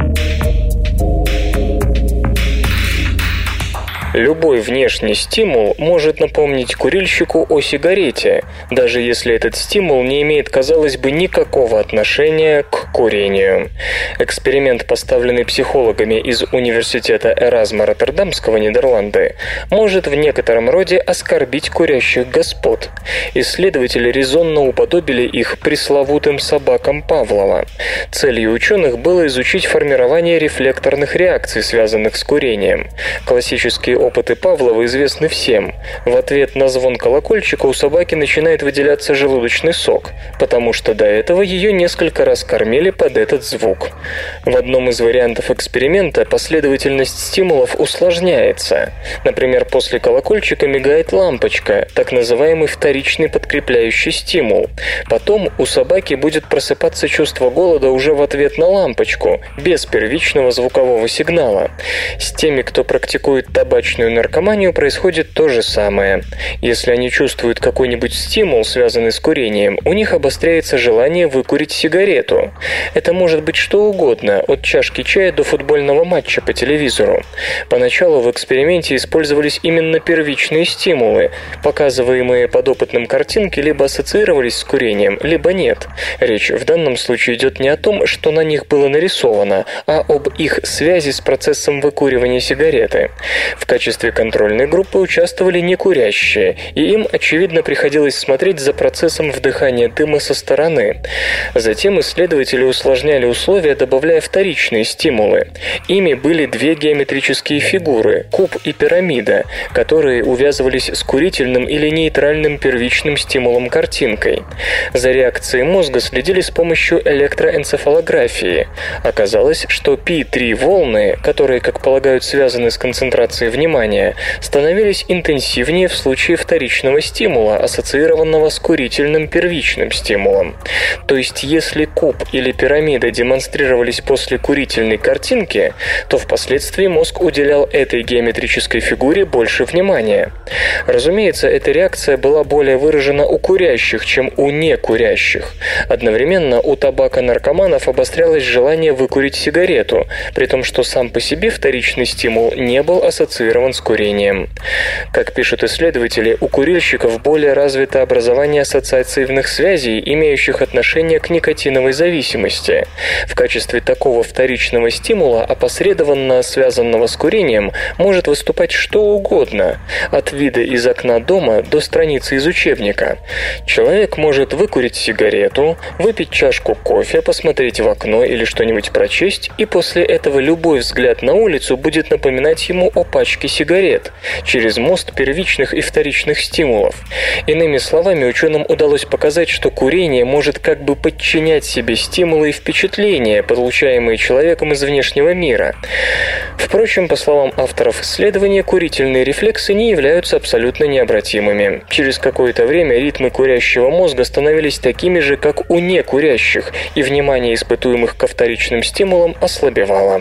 C: Любой внешний стимул может напомнить курильщику о сигарете, даже если этот стимул не имеет, казалось бы, никакого отношения к курению. Эксперимент, поставленный психологами из университета Эразма Роттердамского, Нидерланды, может в некотором роде оскорбить курящих господ. Исследователи резонно уподобили их пресловутым собакам Павлова. Целью ученых было изучить формирование рефлекторных реакций, связанных с курением. Классические опыты Павлова известны всем. В ответ на звон колокольчика у собаки начинает выделяться желудочный сок, потому что до этого ее несколько раз кормили под этот звук. В одном из вариантов эксперимента последовательность стимулов усложняется. Например, после колокольчика мигает лампочка, так называемый вторичный подкрепляющий стимул. Потом у собаки будет просыпаться чувство голода уже в ответ на лампочку, без первичного звукового сигнала. С теми, кто практикует табачную наркоманию, происходит то же самое. Если они чувствуют какой-нибудь стимул, связанный с курением, у них обостряется желание выкурить сигарету. Это может быть что угодно, от чашки чая до футбольного матча по телевизору. Поначалу в эксперименте использовались именно первичные стимулы. Показываемые подопытным картинки либо ассоциировались с курением, либо нет. Речь в данном случае идет не о том, что на них было нарисовано, а об их связи с процессом выкуривания сигареты. В качестве контрольной группы участвовали некурящие, и им, очевидно, приходилось смотреть за процессом вдыхания дыма со стороны. Затем исследователи усложняли условия, добавляя вторичные стимулы. Ими были две геометрические фигуры – куб и пирамида, которые увязывались с курительным или нейтральным первичным стимулом картинкой. За реакцией мозга следили с помощью электроэнцефалографии. Оказалось, что π3 волны, которые, как полагают, связаны с концентрацией внимания, становились интенсивнее в случае вторичного стимула, ассоциированного с курительным первичным стимулом. То есть, если куб или пирамида демонстрировались после курительной картинки, то впоследствии мозг уделял этой геометрической фигуре больше внимания. Разумеется, эта реакция была более выражена у курящих, чем у некурящих. Одновременно у табако-наркоманов обострялось желание выкурить сигарету, при том, что сам по себе вторичный стимул не был ассоциирован с курением. Как пишут исследователи, у курильщиков более развито образование ассоциативных связей, имеющих отношение к никотиновой зависимости. В качестве такого вторичного стимула, опосредованно связанного с курением, может выступать что угодно, от вида из окна дома до страницы из учебника. Человек может выкурить сигарету, выпить чашку кофе, посмотреть в окно или что-нибудь прочесть, и после этого любой взгляд на улицу будет напоминать ему о пачке сигарет через мост первичных и вторичных стимулов. Иными словами, ученым удалось показать, что курение может как бы подчинять себе стимулы и впечатления, получаемые человеком из внешнего мира. Впрочем, по словам авторов исследования, курительные рефлексы не являются абсолютно необратимыми. Через какое-то время ритмы курящего мозга становились такими же, как у некурящих, и внимание испытуемых ко вторичным стимулам ослабевало.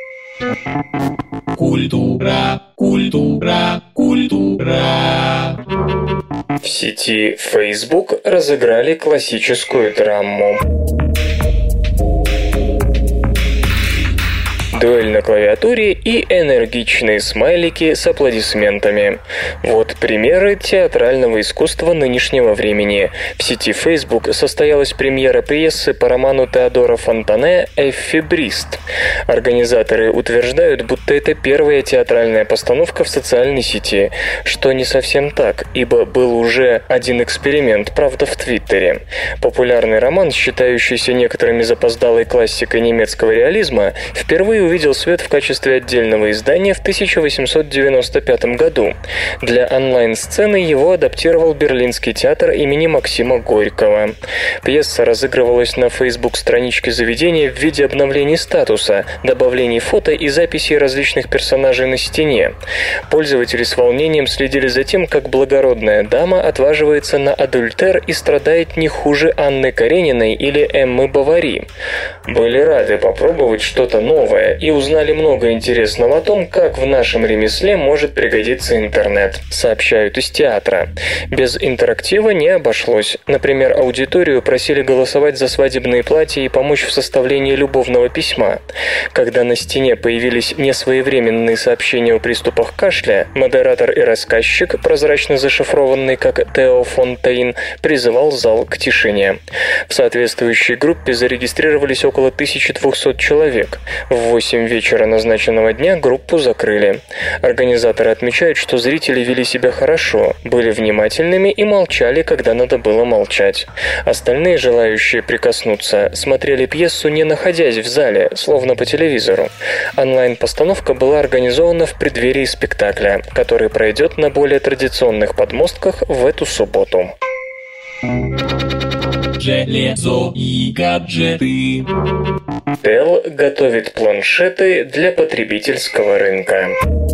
B: Культура, культура, культура.
C: В сети Facebook разыграли классическую драму. Дуэль на клавиатуре и энергичные смайлики с аплодисментами. Вот примеры театрального искусства нынешнего времени. В сети Facebook состоялась премьера пьесы по роману Теодора Фонтане «Эффебрист». Организаторы утверждают, будто это первая театральная постановка в социальной сети, что не совсем так, ибо был уже один эксперимент, правда, в Твиттере. Популярный роман, считающийся некоторыми запоздалой классикой немецкого реализма, впервые увидел свет в качестве отдельного издания в 1895 году. Для онлайн-сцены его адаптировал Берлинский театр имени Максима Горького. Пьеса разыгрывалась на Facebook-страничке заведения в виде обновлений статуса, добавлений фото и записей различных персонажей на стене. Пользователи с волнением следили за тем, как благородная дама отваживается на адюльтер и страдает не хуже Анны Карениной или Эммы Бовари. Были рады попробовать что-то новое и узнали много интересного о том, как в нашем ремесле может пригодиться интернет, сообщают из театра. Без интерактива не обошлось. Например, аудиторию просили голосовать за свадебные платья и помочь в составлении любовного письма. Когда на стене появились несвоевременные сообщения о приступах кашля, модератор и рассказчик, прозрачно зашифрованный как Тео Фонтейн, призывал зал к тишине. В соответствующей группе зарегистрировались около 1200 человек. В 8 вечера назначенного дня группу закрыли. Организаторы отмечают, что зрители вели себя хорошо, были внимательными и молчали, когда надо было молчать. Остальные, желающие прикоснуться, смотрели пьесу, не находясь в зале, словно по телевизору. Онлайн-постановка была организована в преддверии спектакля, который пройдет на более традиционных подмостках в эту субботу.
B: Железо и гаджеты.
C: Dell готовит планшеты для потребительского рынка.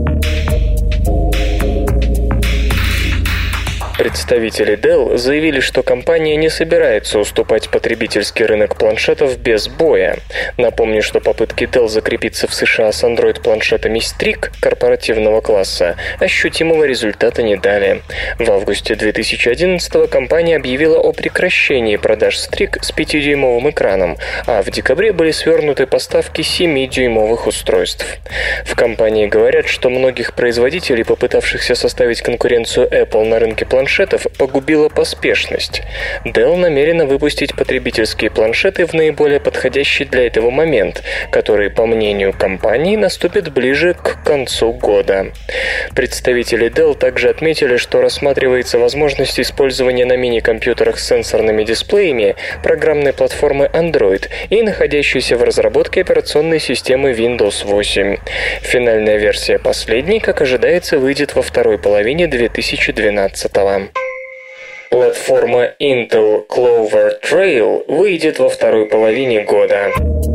C: Представители Dell заявили, что компания не собирается уступать потребительский рынок планшетов без боя. Напомню, что попытки Dell закрепиться в США с Android-планшетами Strix корпоративного класса ощутимого результата не дали. В августе 2011-го компания объявила о прекращении продаж Strix с 5-дюймовым экраном, а в декабре были свернуты поставки 7-дюймовых устройств. В компании говорят, что многих производителей, попытавшихся составить конкуренцию Apple на рынке планшетов, погубила поспешность. Dell намерена выпустить потребительские планшеты в наиболее подходящий для этого момент, который, по мнению компании, наступит ближе к концу года. Представители Dell также отметили, что рассматривается возможность использования на мини-компьютерах с сенсорными дисплеями программной платформы Android и находящейся в разработке операционной системы Windows 8. Финальная версия последней, как ожидается, выйдет во второй половине 2012-го. Платформа Intel Clover Trail выйдет во второй половине года.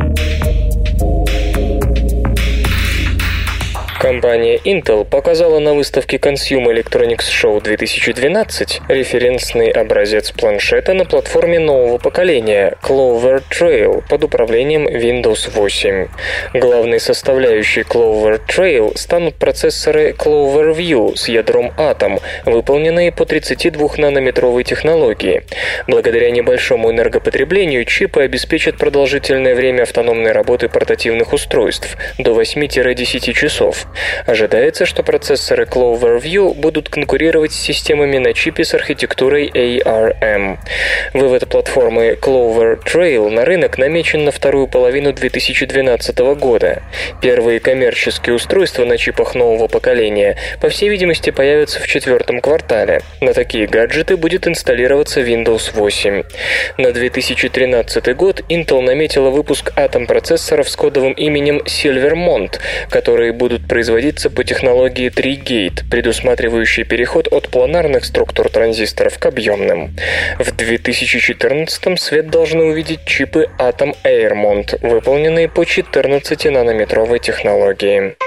C: Компания Intel показала на выставке Consumer Electronics Show 2012 референсный образец планшета на платформе нового поколения Clover Trail под управлением Windows 8. Главной составляющей Clover Trail станут процессоры Clover View с ядром Atom, выполненные по 32-нанометровой технологии. Благодаря небольшому энергопотреблению чипы обеспечат продолжительное время автономной работы портативных устройств до 8-10 часов. Ожидается, что процессоры Clover View будут конкурировать с системами на чипе с архитектурой ARM. Вывод платформы Clover Trail на рынок намечен на вторую половину 2012 года. Первые коммерческие устройства на чипах нового поколения, по всей видимости, появятся в четвертом квартале. На такие гаджеты будет инсталлироваться Windows 8. На 2013 год Intel наметила выпуск Atom-процессоров с кодовым именем Silvermont, которые будут производиться по технологии 3-Gate, предусматривающей переход от планарных структур транзисторов к объемным. В 2014-м свет должны увидеть чипы Atom Airmont, выполненные по 14-нанометровой технологии.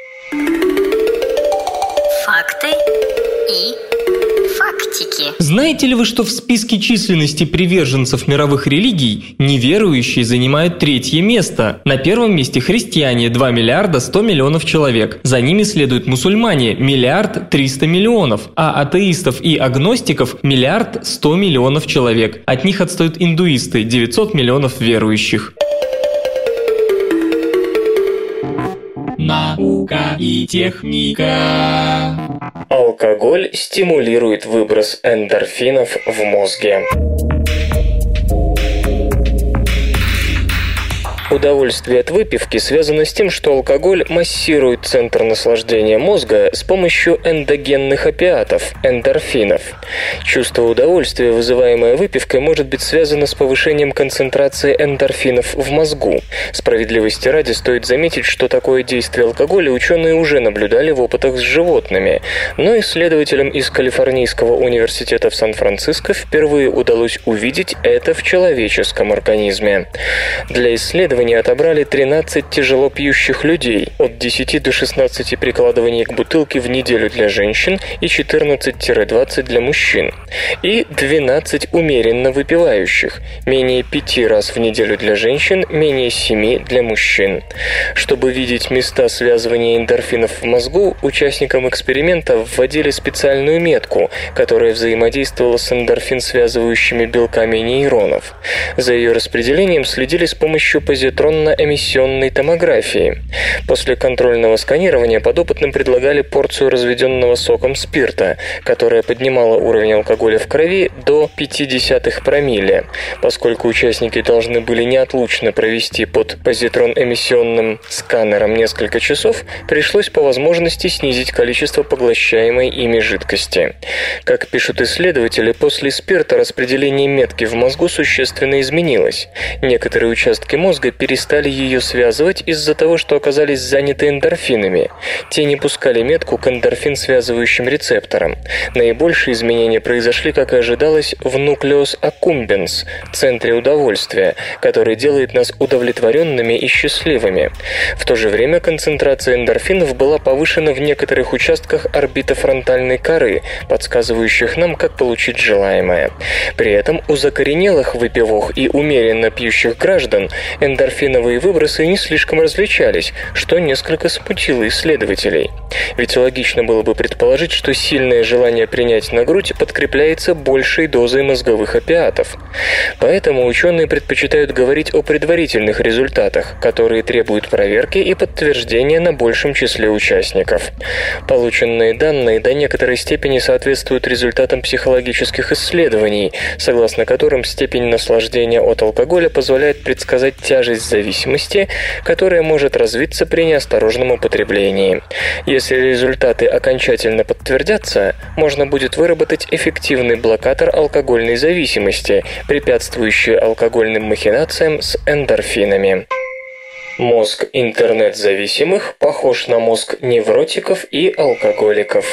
F: Факты и фактики.
D: Знаете ли вы, что в списке численности приверженцев мировых религий неверующие занимают 3-е место? На первом месте христиане – 2 миллиарда 100 миллионов человек. За ними следуют мусульмане – 1 300 миллионов. А атеистов и агностиков – 1 100 миллионов человек. От них отстают индуисты – 900 миллионов верующих.
B: Наука и техника.
C: Алкоголь стимулирует выброс эндорфинов в мозге. Удовольствие от выпивки связано с тем, что алкоголь массирует центр наслаждения мозга с помощью эндогенных опиатов – эндорфинов. Чувство удовольствия, вызываемое выпивкой, может быть связано с повышением концентрации эндорфинов в мозгу. Справедливости ради стоит заметить, что такое действие алкоголя ученые уже наблюдали в опытах с животными, но исследователям из Калифорнийского университета в Сан-Франциско впервые удалось увидеть это в человеческом организме. Для исследования отобрали 13 тяжело пьющих людей, от 10 до 16 прикладываний к бутылке в неделю для женщин и 14-20 для мужчин, и 12 умеренно выпивающих, менее 5 раз в неделю для женщин, менее 7 для мужчин. Чтобы видеть места связывания эндорфинов в мозгу, участникам эксперимента вводили специальную метку, которая взаимодействовала с эндорфин-связывающими белками нейронов. За ее распределением следили с помощью позитронно-эмиссионной томографии. После контрольного сканирования подопытным предлагали порцию разведенного соком спирта, которая поднимала уровень алкоголя в крови до 0,5 промилле. Поскольку участники должны были неотлучно провести под позитрон-эмиссионным сканером несколько часов, пришлось по возможности снизить количество поглощаемой ими жидкости. Как пишут исследователи, после спирта распределение метки в мозгу существенно изменилось. Некоторые участки мозга перестали ее связывать из-за того, что оказались заняты эндорфинами. Те не пускали метку к эндорфин-связывающим рецепторам. Наибольшие изменения произошли, как и ожидалось, в nucleus accumbens, центре удовольствия, который делает нас удовлетворенными и счастливыми. В то же время концентрация эндорфинов была повышена в некоторых участках орбитофронтальной коры, подсказывающих нам, как получить желаемое. При этом у закоренелых выпивох и умеренно пьющих граждан эндорфиновые выбросы не слишком различались, что несколько смутило исследователей. Ведь логично было бы предположить, что сильное желание принять на грудь подкрепляется большей дозой мозговых опиатов. Поэтому ученые предпочитают говорить о предварительных результатах, которые требуют проверки и подтверждения на большем числе участников. Полученные данные до некоторой степени соответствуют результатам психологических исследований, согласно которым степень наслаждения от алкоголя позволяет предсказать тяжесть зависимости, которая может развиться при неосторожном употреблении. Если результаты окончательно подтвердятся, можно будет выработать эффективный блокатор алкогольной зависимости, препятствующий алкогольным махинациям с эндорфинами. Мозг интернет-зависимых похож на мозг невротиков и алкоголиков.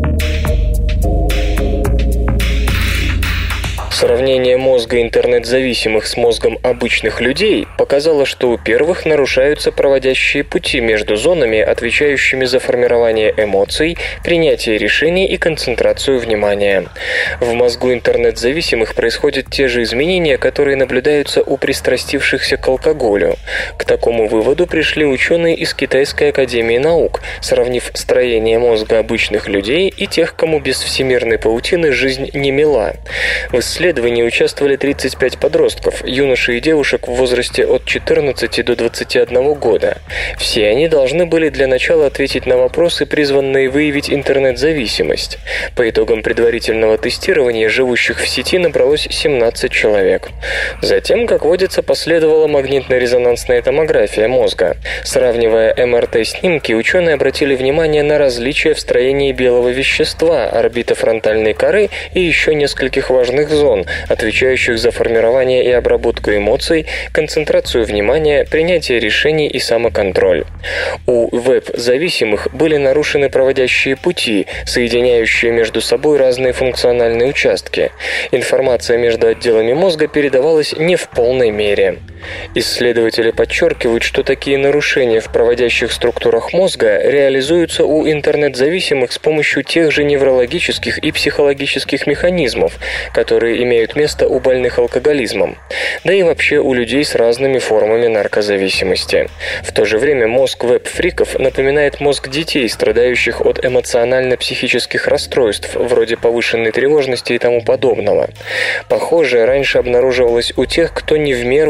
C: Сравнение мозга интернет-зависимых с мозгом обычных людей показало, что у первых нарушаются проводящие пути между зонами, отвечающими за формирование эмоций, принятие решений и концентрацию внимания. В мозгу интернет-зависимых происходят те же изменения, которые наблюдаются у пристрастившихся к алкоголю. К такому выводу пришли ученые из Китайской академии наук, сравнив строение мозга обычных людей и тех, кому без всемирной паутины жизнь не мила. В исследовании участвовали 35 подростков, юношей и девушек в возрасте от 14 до 21 года. Все они должны были для начала ответить на вопросы, призванные выявить интернет-зависимость. По итогам предварительного тестирования живущих в сети набралось 17 человек. Затем, как водится, последовала магнитно-резонансная томография мозга. Сравнивая МРТ-снимки, ученые обратили внимание на различия в строении белого вещества, орбитофронтальной коры и еще нескольких важных зон, отвечающих за формирование и обработку эмоций, концентрацию внимания, принятие решений и самоконтроль. У веб-зависимых были нарушены проводящие пути, соединяющие между собой разные функциональные участки. Информация между отделами мозга передавалась не в полной мере. Исследователи подчеркивают, что такие нарушения в проводящих структурах мозга реализуются у интернет-зависимых с помощью тех же неврологических и психологических механизмов, которые имеют место у больных алкоголизмом, да и вообще у людей с разными формами наркозависимости. В то же время мозг веб-фриков напоминает мозг детей, страдающих от эмоционально-психических расстройств, вроде повышенной тревожности и тому подобного. Похожее раньше обнаруживалось у тех, кто не в меру увлекается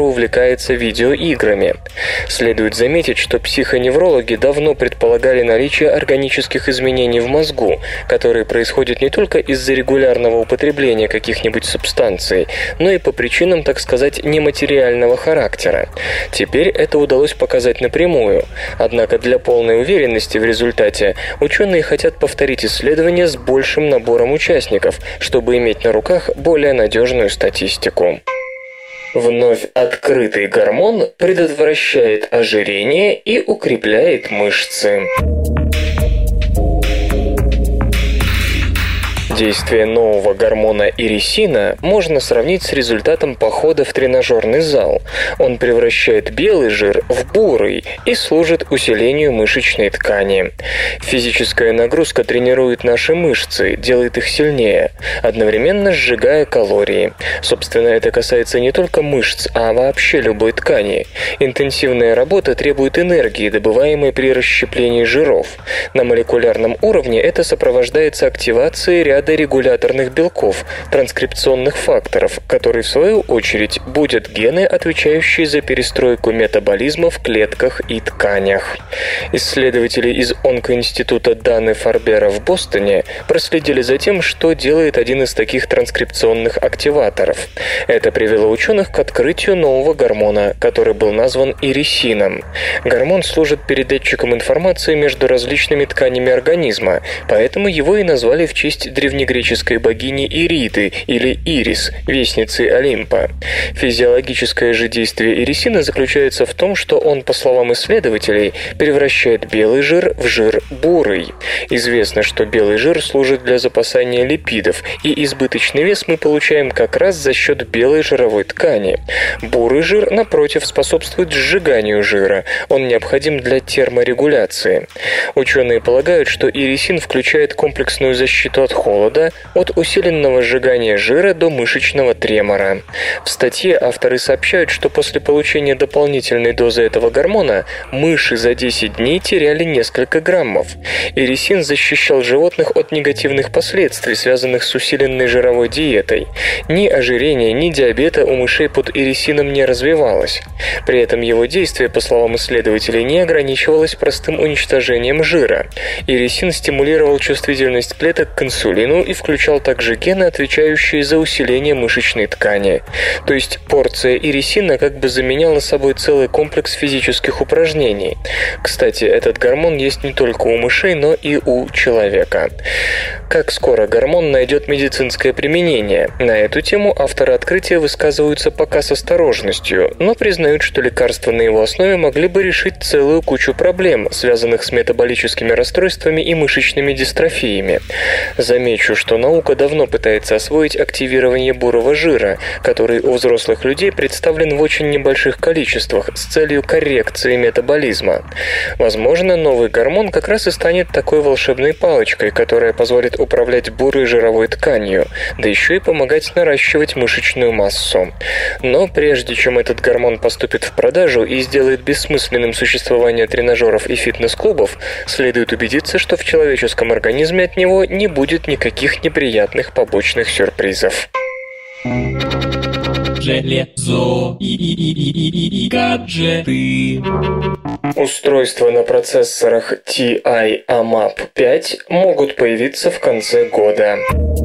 C: увлекается видеоиграми. Следует заметить, что психоневрологи давно предполагали наличие органических изменений в мозгу, которые происходят не только из-за регулярного употребления каких-нибудь субстанций, но и по причинам, так сказать, нематериального характера. Теперь это удалось показать напрямую. Однако для полной уверенности в результате ученые хотят повторить исследования с большим набором участников, чтобы иметь на руках более надежную статистику. Вновь открытый гормон предотвращает ожирение и укрепляет мышцы. Действие нового гормона ирисина можно сравнить с результатом похода в тренажерный зал. Он превращает белый жир в бурый и служит усилению мышечной ткани. Физическая нагрузка тренирует наши мышцы, делает их сильнее, одновременно сжигая калории. Собственно, это касается не только мышц, а вообще любой ткани. Интенсивная работа требует энергии, добываемой при расщеплении жиров. На молекулярном уровне это сопровождается активацией ряда регуляторных белков, транскрипционных факторов, которые, в свою очередь, будут гены, отвечающие за перестройку метаболизма в клетках и тканях. Исследователи из онкоинститута Даны-Фарбера в Бостоне проследили за тем, что делает один из таких транскрипционных активаторов. Это привело ученых к открытию нового гормона, который был назван ирисином. Гормон служит передатчиком информации между различными тканями организма, поэтому его и назвали в честь древнегреческой богини Ириды или Ирис, вестницы Олимпа. Физиологическое же действие ирисина заключается в том, что он, по словам исследователей, превращает белый жир в жир бурый. Известно, что белый жир служит для запасания липидов, и избыточный вес мы получаем как раз за счет белой жировой ткани. Бурый жир, напротив, способствует сжиганию жира. Он необходим для терморегуляции. Ученые полагают, что ирисин включает комплексную защиту от холода, от усиленного сжигания жира до мышечного тремора. В статье авторы сообщают, что после получения дополнительной дозы этого гормона мыши за 10 дней теряли несколько граммов. Ирисин защищал животных от негативных последствий, связанных с усиленной жировой диетой. Ни ожирения, ни диабета у мышей под ирисином не развивалось. При этом его действие, по словам исследователей, не ограничивалось простым уничтожением жира. Ирисин стимулировал чувствительность клеток к инсулину и включал также гены, отвечающие за усиление мышечной ткани. То есть порция ирисина как бы заменяла собой целый комплекс физических упражнений. Кстати, этот гормон есть не только у мышей, но и у человека. Как скоро гормон найдет медицинское применение? На эту тему авторы открытия высказываются пока с осторожностью, но признают, что лекарства на его основе могли бы решить целую кучу проблем, связанных с метаболическими расстройствами и мышечными дистрофиями. Замечу, что наука давно пытается освоить активирование бурого жира, который у взрослых людей представлен в очень небольших количествах с целью коррекции метаболизма. Возможно, новый гормон как раз и станет такой волшебной палочкой, которая позволит управлять бурой жировой тканью, да еще и помогать наращивать мышечную массу. Но прежде чем этот гормон поступит в продажу и сделает бессмысленным существование тренажеров и фитнес-клубов, следует убедиться, что в человеческом организме от него не будет никаких неприятных побочных сюрпризов.
B: Железо и гаджеты.
C: Устройства на процессорах TI AMAP 5 могут появиться в конце года.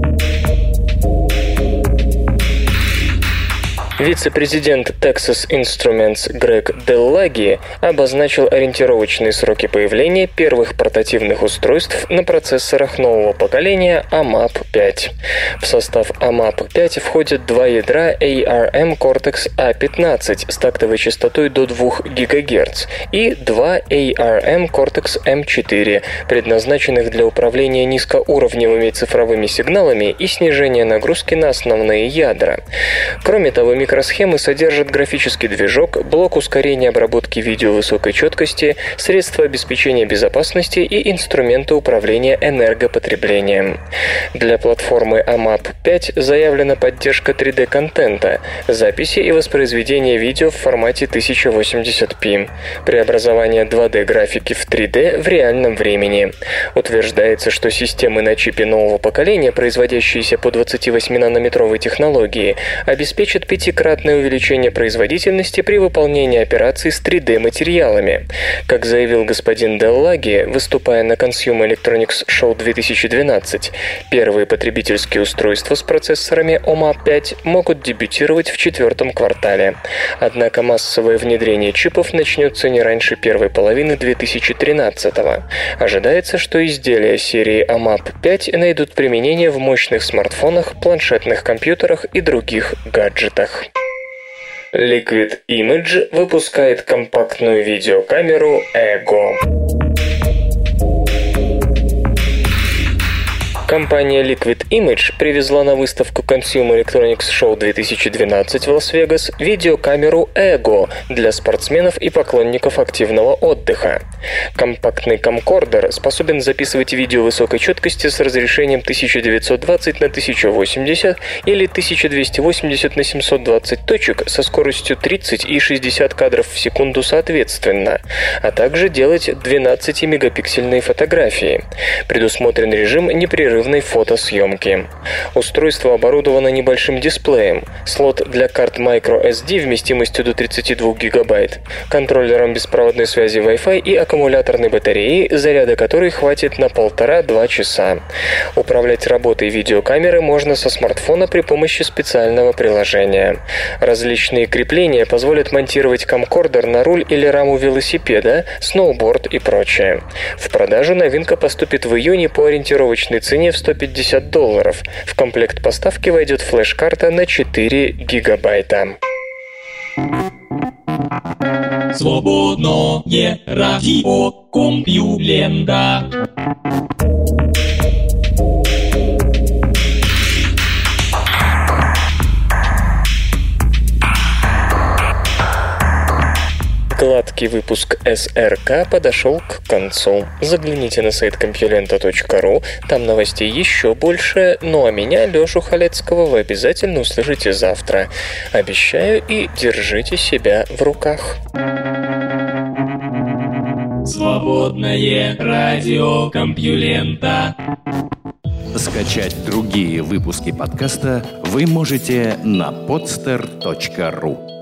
C: Вице-президент Texas Instruments Грег Деллаги обозначил ориентировочные сроки появления первых портативных устройств на процессорах нового поколения AMAP 5. В состав AMAP 5 входят два ядра ARM Cortex A15 с тактовой частотой до 2 ГГц и два ARM Cortex M4, предназначенных для управления низкоуровневыми цифровыми сигналами и снижения нагрузки на основные ядра. Кроме того, микросхемы содержат графический движок, блок ускорения обработки видео высокой четкости, средства обеспечения безопасности и инструменты управления энергопотреблением. Для платформы AMAP 5 заявлена поддержка 3D-контента, записи и воспроизведения видео в формате 1080p, преобразование 2D-графики в 3D в реальном времени. Утверждается, что системы на чипе нового поколения, производящиеся по 28-нанометровой технологии, обеспечат 10-кратное увеличение производительности при выполнении операций с 3D-материалами. Как заявил господин Деллаги, выступая на Consumer Electronics Show 2012, первые потребительские устройства с процессорами OMA5 могут дебютировать в 4-м квартале. Однако массовое внедрение чипов начнется не раньше первой половины 2013-го. Ожидается, что изделия серии AMAP5 найдут применение в мощных смартфонах, планшетных компьютерах и других гаджетах. Liquid Image выпускает компактную видеокамеру Ego. Компания Liquid Image привезла на выставку Consumer Electronics Show 2012 в Лас-Вегас видеокамеру Ego для спортсменов и поклонников активного отдыха. Компактный камкордер способен записывать видео высокой четкости с разрешением 1920 на 1080 или 1280 на 720 точек со скоростью 30 и 60 кадров в секунду соответственно, а также делать 12-мегапиксельные фотографии. Предусмотрен режим непрерывной фотосъемки. Устройство оборудовано небольшим дисплеем, слот для карт microSD вместимостью до 32 ГБ, контроллером беспроводной связи Wi-Fi и аккумуляторной батареей, заряда которой хватит на 1,5-2 часа. Управлять работой видеокамеры можно со смартфона при помощи специального приложения. Различные крепления позволят монтировать камкордер на руль или раму велосипеда, сноуборд и прочее. В продажу новинка поступит в июне по ориентировочной цене в $150. В комплект поставки войдет флеш-карта на 4 гигабайта.
B: Свободное радио Компьюлента.
C: Гладкий выпуск СРК подошел к концу. Загляните на сайт compulenta.ru, там новостей еще больше, ну а меня, Лешу Халецкого, вы обязательно услышите завтра. Обещаю, и держите себя в руках.
B: Свободное радио Компьюлента.
A: Скачать другие выпуски подкаста вы можете на podster.ru.